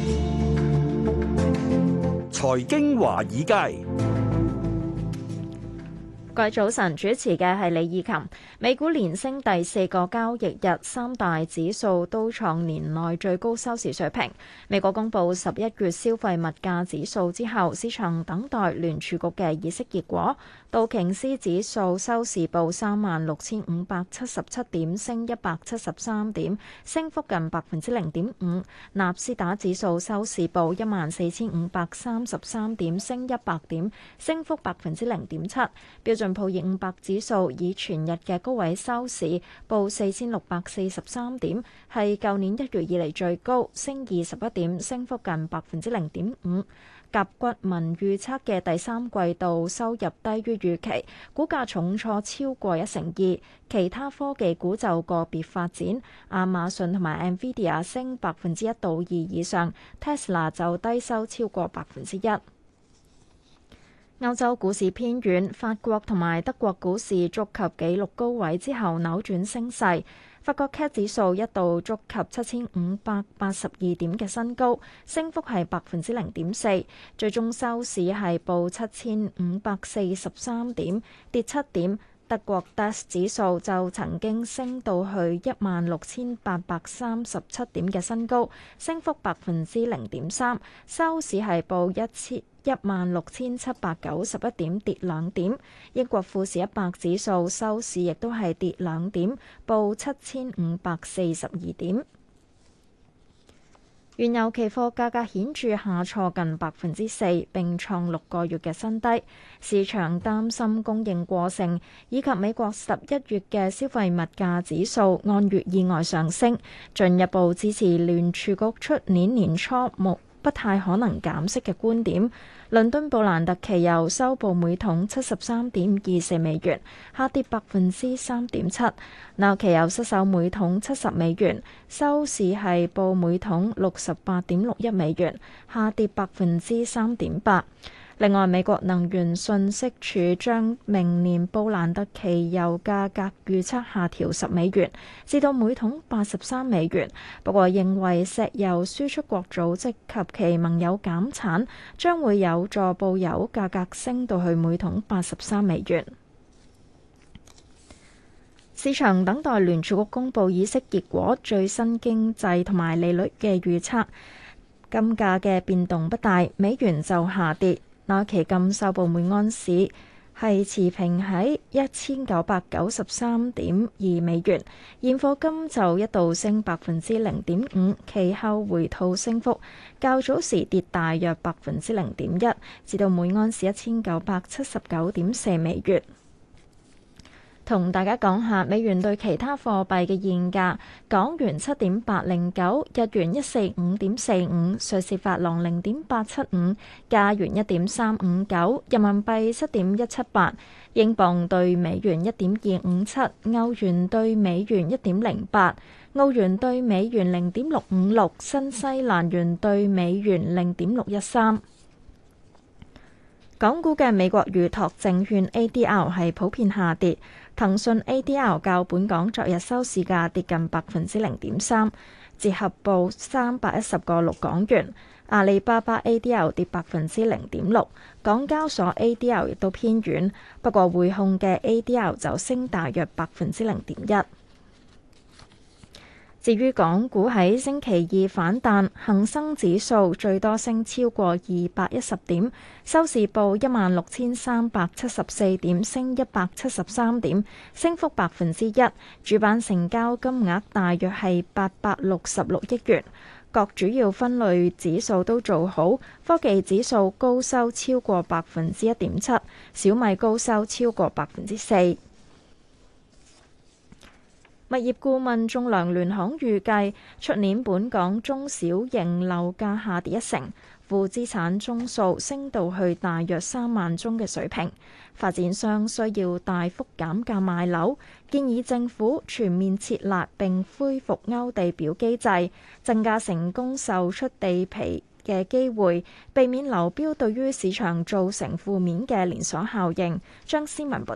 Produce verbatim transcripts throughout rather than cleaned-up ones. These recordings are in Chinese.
財經華爾街。 各位早晨，主持嘅係李以琴。美股連升第四個交易日，三大指數都創年內最高收市水平。美國公布十一月消費物價指數之後，市場等待聯儲局嘅議息結果。道瓊斯指數收市報三萬六千五百七十七點，升一百七十三點，升幅近百分之零點五。納斯達指數收市報一萬四千五百三十三點，升一百點，升幅百分之零點七。標準普爾五百指數以全日嘅高位收市，報四千六百四十三點，係舊年一月以嚟最高，升二十一點，升幅近百分之零點五。甲骨文預測嘅第三季度收入低於預期，股價重挫超過一成二。其他科技股就個別發展，亞馬遜同埋 Nvidia 升百分之一到二以上 ，Tesla 就低收超過百分之一。歐洲股市偏軟，法國同埋德國股市觸及紀錄高位之後扭轉升勢。法國 C A C 指數一度觸及七千五百八十二點嘅新高，升幅係百分之零點四，最終收市係報七千五百四十三點，跌七點。德國 D A X 指數就曾經升到去一萬六千八百三十七點嘅新高，升幅百分之零點三，收市係報一千一萬六千七百九十一點，跌兩點。英國富時一百指數收市亦都係跌兩點，報七千五百四十二點。原油期貨價格顯著下挫近百分之四，並創六個月嘅新低。市場擔心供應過剩，以及美國十一月嘅消費物價指數按月意外上升，進一步支持聯儲局出年年初目不太可能減息嘅觀點。倫敦布蘭特期油收報每桶七十三點二四美元，下跌百分之三點七。紐期油失守每桶七十美元，收市係報每桶六十八點六一美元，下跌百分之三點八。另外，美國能源信息署將明年布蘭特期油價格預測下調十美元，至到每桶八十三美元。不過，認為石油輸出國組織及其盟友減產，將會有助布油價格升到去每桶八十三美元。市場等待聯儲局公佈議息結果、最新經濟同埋利率嘅預測。金價嘅變動不大，美元就下跌。那期金收報每安士係持平喺一千九百九十三點二美元，現貨金就一度升百分之零點五，其後回吐升幅，較早時跌大約百分之零點一，至到每安士一千九百七十九點四美元。同大家講下美元對其他貨幣嘅現價：港元七點八零九，日元一四五點四五，瑞士法郎零點八七五，加元一點三五九，人民幣七點一七八，英鎊對美元一點二五七，歐元對美元一點零八，澳元對美元零點六五六，新西蘭元對美元零點六一三。港股嘅美國預託證券 A D R 係普遍下跌，騰訊 A D R 較本港昨日收市價跌近百分之零點三，折合報三百一十個六港元。阿里巴巴 A D R 跌百分之零點六，港交所 A D R 亦都偏軟，不過匯控嘅 A D R 就升大約百分之零點一。至於港股喺星期二反彈，恒生指數最多升超過二百一十點，收市報一萬六千三百七十四點，升一百七十三點，升幅百分之一。主板成交金額大約係八百六十六億元。各主要分類指數都做好，科技指數高收超過百分之一點七，小米高收超過百分之四。物業顧問仲量聯行預計，出年本港中小型樓價下跌一成，負資產宗數升到去大約三萬宗嘅水平。發展商需要大幅減價賣樓，建議政府全面設立並恢復勾地表機制，增加成功售出地皮嘅機會，避免流標對於市場造成負面嘅連鎖效應。張思文報導。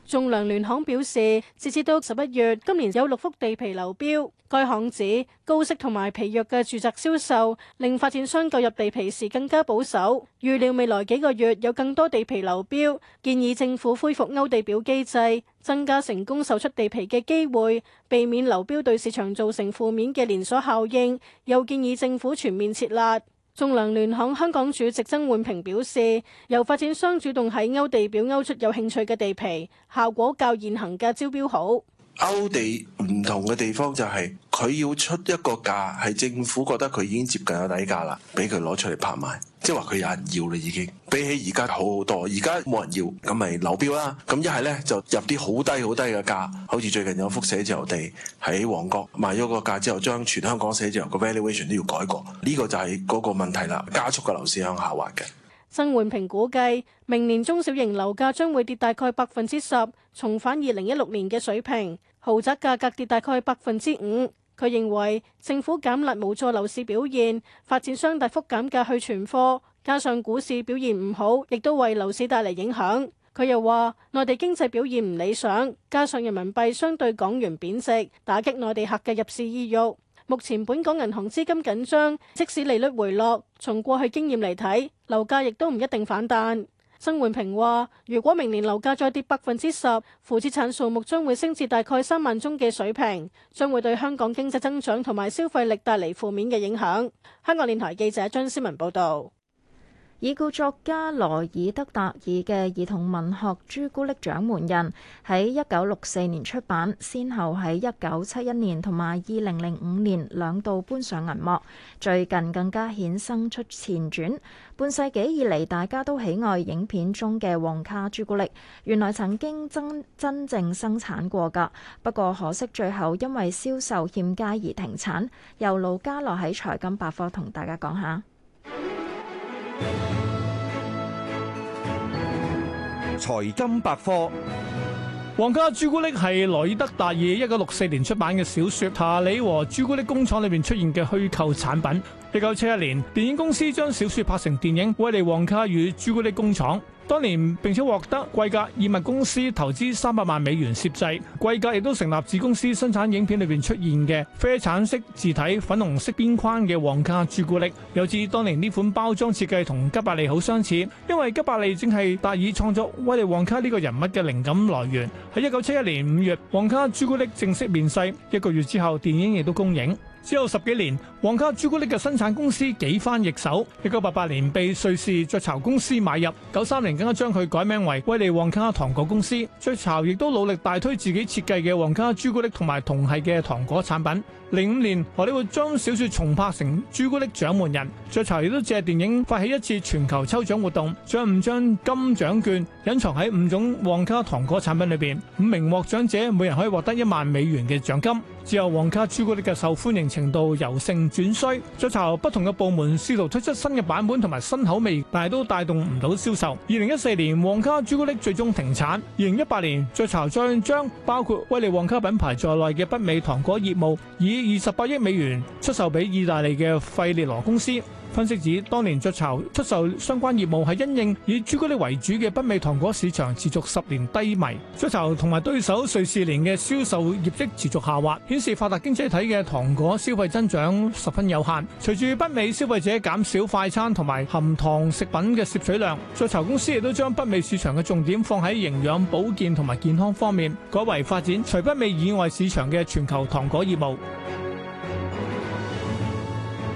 仲量聯行表示，截至到十一月，今年有六幅地皮流標。該行指高息同埋疲弱嘅住宅銷售，令發展商購入地皮時更加保守。預料未來幾個月有更多地皮流標，建議政府恢復勾地表機制，增加成功售出地皮嘅機會，避免流標對市場造成負面嘅連鎖效應。又建議政府全面撤辣。仲量聯行香港主席曾煥平表示，由發展商主動喺勾地表勾出有興趣嘅地皮，效果較現行嘅招標好。 勾地唔同嘅地方就係佢要出一個價，係政府覺得佢已經接近有底價啦，俾佢攞出嚟拍賣，即係話佢有人要啦已經。比起而家好好多，而家冇人要，咁咪流標啦。咁一係咧就入啲好低好低嘅價，好似最近有幅寫字樓地喺旺角賣咗個價之後，將全香港寫字樓個 valuation 都要改過，呢個就係嗰個問題啦，加速個樓市向下滑嘅。 曾煥平估計，明年中小型樓價將會跌大概百分之十，重返二零一六年嘅水平。豪宅價格跌大概百分之五。佢認為政府減辣無助樓市表現，發展商大幅減價去存貨，加上股市表現唔好，亦都為樓市帶嚟影響。佢又話，內地經濟表現唔理想，加上人民幣相對港元貶值，打擊內地客嘅入市意欲。目前本港銀行資金緊張，即使利率回落，從過去經驗嚟睇，樓價亦都唔一定反彈。曾煥平話，如果明年樓價再跌百分之十，負資產數目將會升至大概三萬宗嘅水平，將會對香港經濟增長同埋消費力帶嚟負面嘅影響。香港電台記者張思文報導。 已故作家羅爾德達爾嘅兒童文學《朱古力獎門人》喺一九六四年出版，先後喺一九七一年同埋二零零五年兩度搬上銀幕，最近更加衍生出前傳。半世紀以嚟，大家都喜愛影片中嘅旺卡朱古力，原來曾經真真正生產過㗎，不過可惜最後因為銷售欠佳而停產。由盧家樂喺財金百科同大家講下。 財金百科。 旺卡朱古力係羅爾德達爾一九六四年出版嘅小說《查理和朱古力工廠》裏面出現嘅虛構產品。一九七一年，電影公司將小說拍成電影《威利旺卡與朱古力工廠》。當年並且獲得貴格爾麥公司投資三百萬美元攝製，貴格亦都成立子公司生產影片裏邊出現嘅啡橙色字體、粉紅色邊框嘅旺卡朱古力。有指當年呢款包裝設計同吉百利好相似，因為吉百利正係達爾創作威利旺卡呢個人物嘅靈感來源。喺一九七一年五月，旺卡朱古力正式面世，一個月之後電影亦都公映。之後十幾年，旺卡朱古力嘅生產公司幾番易手。一九八八年被瑞士雀巢公司買入，九三年更加將佢改名為威利旺卡糖果公司。雀巢亦都努力大推自己設計嘅旺卡朱古力同埋同系嘅糖果產品。零五年，荷里活將小說重拍成朱古力獎門人。雀巢亦都借電影發起一次全球抽獎活動，將五張金獎券隱藏喺五種旺卡糖果產品裏邊，五名獲獎者每人可以獲得一萬美元嘅獎金。之後旺卡朱古力嘅受歡迎程度由盛轉衰，雀巢不同嘅部門試圖推出新嘅版本同埋新口味，但係都帶動唔到銷售。二零一四年，旺卡朱古力最終停產。二零一八年，雀巢再將包括威利旺卡品牌在內嘅北美糖果業務以二十八億美元出售俾意大利嘅費列羅公司。分析指，當年雀巢出售相關業務係因應以朱古力為主嘅北美糖果市場持續十年低迷。雀巢同埋對手瑞士蓮嘅銷售業績持續下滑，顯示發達經濟體嘅糖果消費增長十分有限。隨住北美消費者減少快餐同埋含糖食品嘅攝取量，雀巢公司亦都將北美市場嘅重點放喺營養保健同埋健康方面，改為發展除北美以外市場嘅全球糖果業務。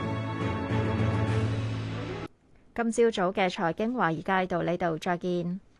今朝早嘅財經華爾街到呢度再見。